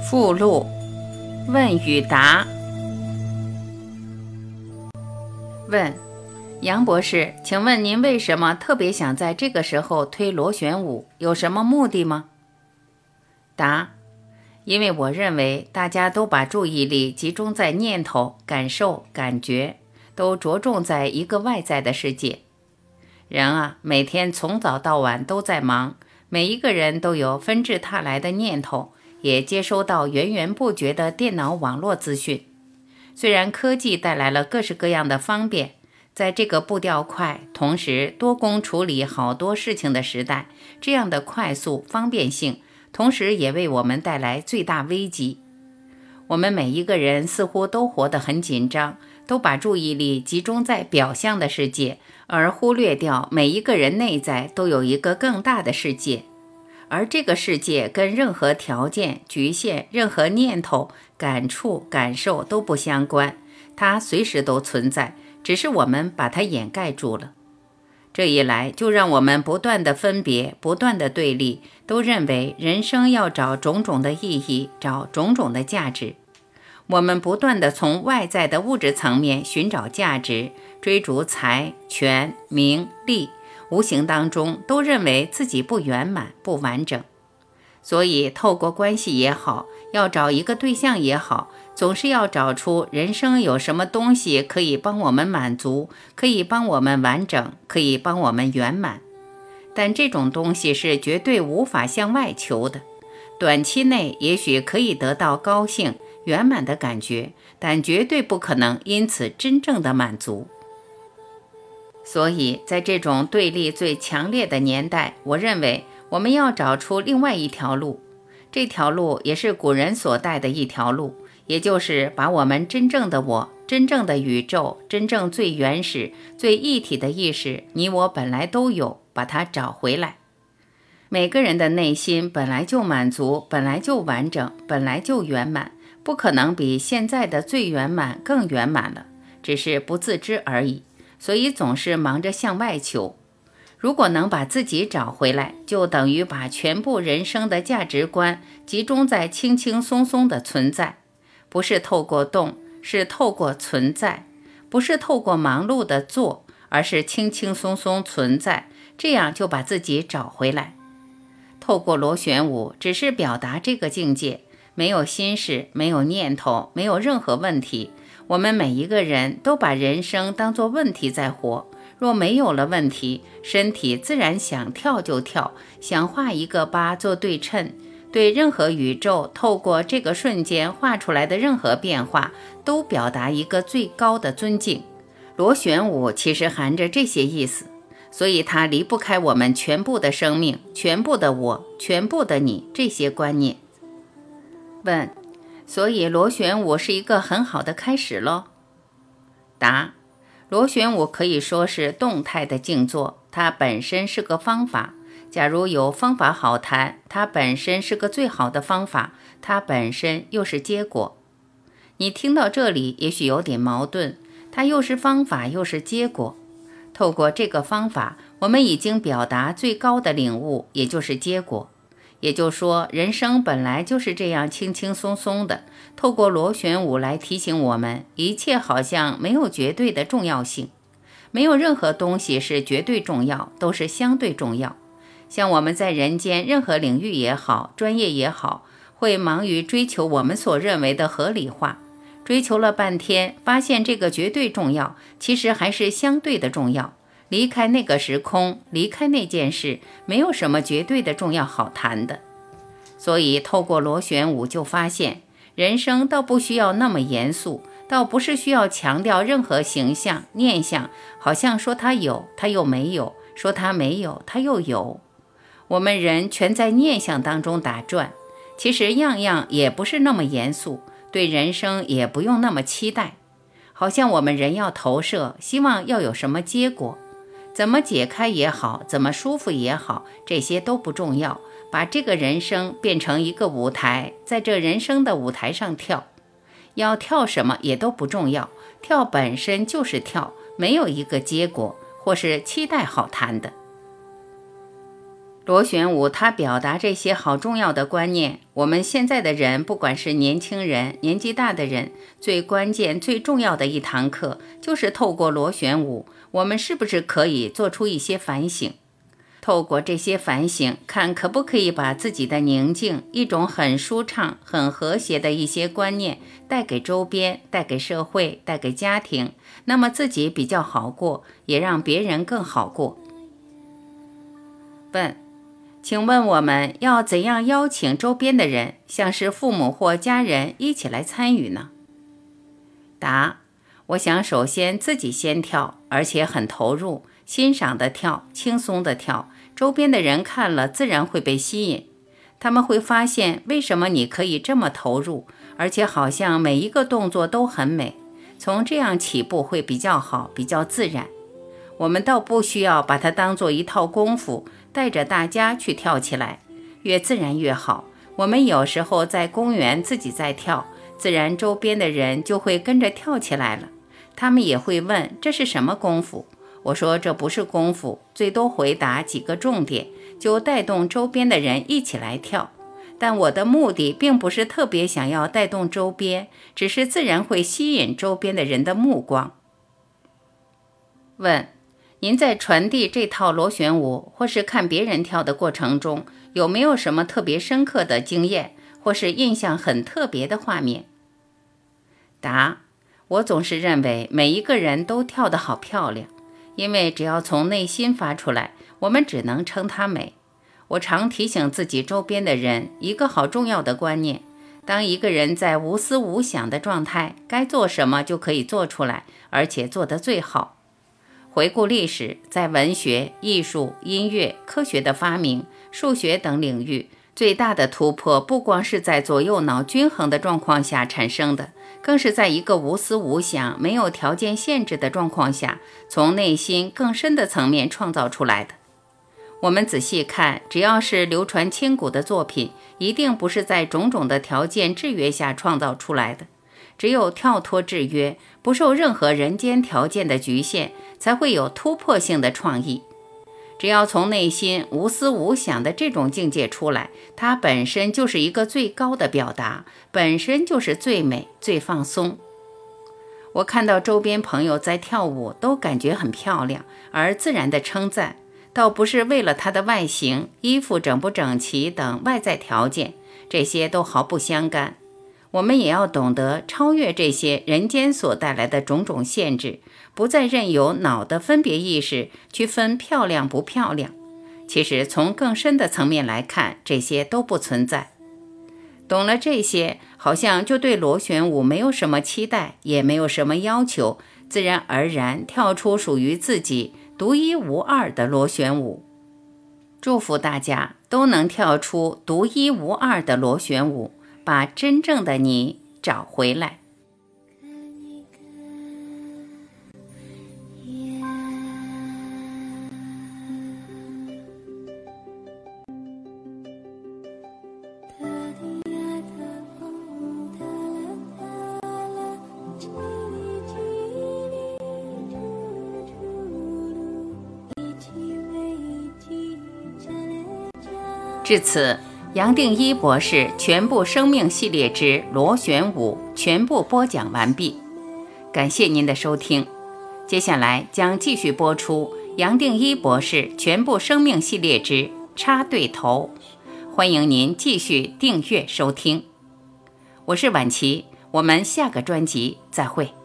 附录问与答。问：杨博士，请问您为什么特别想在这个时候推螺旋舞？有什么目的吗？答：因为我认为大家都把注意力集中在念头、感受、感觉，都着重在一个外在的世界。人啊，每天从早到晚都在忙，每一个人都有纷至沓来的念头，也接收到源源不绝的电脑网络资讯。虽然科技带来了各式各样的方便，在这个步调快，同时多工处理好多事情的时代，这样的快速方便性，同时也为我们带来最大危机。我们每一个人似乎都活得很紧张，都把注意力集中在表象的世界，而忽略掉每一个人内在都有一个更大的世界。而这个世界跟任何条件、局限、任何念头、感触、感受都不相关，它随时都存在，只是我们把它掩盖住了。这一来，就让我们不断的分别，不断的对立，都认为人生要找种种的意义，找种种的价值。我们不断地从外在的物质层面寻找价值，追逐财、权、名、利，无形当中都认为自己不圆满、不完整。所以透过关系也好，要找一个对象也好，总是要找出人生有什么东西可以帮我们满足，可以帮我们完整，可以帮我们圆满。但这种东西是绝对无法向外求的，短期内也许可以得到高兴、圆满的感觉，但绝对不可能因此真正的满足。所以在这种对立最强烈的年代，我认为我们要找出另外一条路，这条路也是古人所带的一条路，也就是把我们真正的我、真正的宇宙、真正最原始、最一体的意识，你我本来都有，把它找回来。每个人的内心本来就满足，本来就完整，本来就圆满，不可能比现在的最圆满更圆满了，只是不自知而已，所以总是忙着向外求。如果能把自己找回来，就等于把全部人生的价值观集中在轻轻松松的存在，不是透过动，是透过存在，不是透过忙碌的做，而是轻轻松松存在，这样就把自己找回来。透过螺旋舞只是表达这个境界，没有心事，没有念头，没有任何问题。我们每一个人都把人生当作问题在活，若没有了问题，身体自然想跳就跳，想画一个疤做对称，对任何宇宙透过这个瞬间画出来的任何变化，都表达一个最高的尊敬。螺旋舞其实含着这些意思，所以它离不开我们全部的生命、全部的我、全部的你这些观念。问：所以螺旋舞是一个很好的开始咯？答：螺旋舞可以说是动态的静坐，它本身是个方法。假如有方法好谈，它本身是个最好的方法，它本身又是结果。你听到这里也许有点矛盾，它又是方法又是结果。透过这个方法，我们已经表达最高的领悟，也就是结果。也就是说，人生本来就是这样轻轻松松的，透过螺旋舞来提醒我们，一切好像没有绝对的重要性，没有任何东西是绝对重要，都是相对重要。像我们在人间任何领域也好，专业也好，会忙于追求我们所认为的合理化，追求了半天，发现这个绝对重要，其实还是相对的重要。离开那个时空，离开那件事，没有什么绝对的重要好谈的。所以透过螺旋舞就发现，人生倒不需要那么严肃，倒不是需要强调任何形象、念想，好像说它有，它又没有，说它没有，它又有。我们人全在念想当中打转，其实样样也不是那么严肃，对人生也不用那么期待。好像我们人要投射，希望要有什么结果，怎么解开也好，怎么舒服也好，这些都不重要，把这个人生变成一个舞台，在这人生的舞台上跳，要跳什么也都不重要，跳本身就是跳，没有一个结果或是期待好谈的。 螺旋舞它表达这些好重要的观念，我们现在的人，不管是年轻人、年纪大的人，最关键、最重要的一堂课，就是透过螺旋舞，我们是不是可以做出一些反省？透过这些反省，看可不可以把自己的宁静，一种很舒畅、很和谐的一些观念带给周边，带给社会，带给家庭，那么自己比较好过，也让别人更好过。问：请问我们要怎样邀请周边的人，像是父母或家人一起来参与呢？答：我想首先自己先跳，而且很投入，欣赏的跳，轻松的跳，周边的人看了自然会被吸引。他们会发现为什么你可以这么投入，而且好像每一个动作都很美。从这样起步会比较好，比较自然。我们倒不需要把它当做一套功夫，带着大家去跳起来，越自然越好。我们有时候在公园自己在跳，自然周边的人就会跟着跳起来了。他们也会问这是什么功夫？我说这不是功夫，最多回答几个重点，就带动周边的人一起来跳。但我的目的并不是特别想要带动周边，只是自然会吸引周边的人的目光。问：您在传递这套螺旋舞或是看别人跳的过程中，有没有什么特别深刻的经验，或是印象很特别的画面？答：我总是认为每一个人都跳得好漂亮，因为只要从内心发出来，我们只能称它美。我常提醒自己周边的人一个好重要的观念：当一个人在无思无想的状态，该做什么就可以做出来，而且做得最好。回顾历史，在文学、艺术、音乐、科学的发明、数学等领域，最大的突破不光是在左右脑均衡的状况下产生的，更是在一个无思无想、没有条件限制的状况下，从内心更深的层面创造出来的。我们仔细看，只要是流传千古的作品，一定不是在种种的条件制约下创造出来的。只有跳脱制约，不受任何人间条件的局限，才会有突破性的创意。只要从内心无思无想的这种境界出来，它本身就是一个最高的表达，本身就是最美、最放松。我看到周边朋友在跳舞，都感觉很漂亮，而自然的称赞，倒不是为了它的外形、衣服整不整齐等外在条件，这些都毫不相干。我们也要懂得超越这些人间所带来的种种限制，不再任由脑的分别意识去分漂亮不漂亮。其实从更深的层面来看，这些都不存在。懂了这些，好像就对螺旋舞没有什么期待，也没有什么要求，自然而然跳出属于自己独一无二的螺旋舞。祝福大家都能跳出独一无二的螺旋舞，把真正的你找回来。至此，杨定一博士全部生命系列之螺旋舞全部播讲完毕，感谢您的收听。接下来将继续播出杨定一博士全部生命系列之插对头，欢迎您继续订阅收听。我是婉琪，我们下个专辑再会。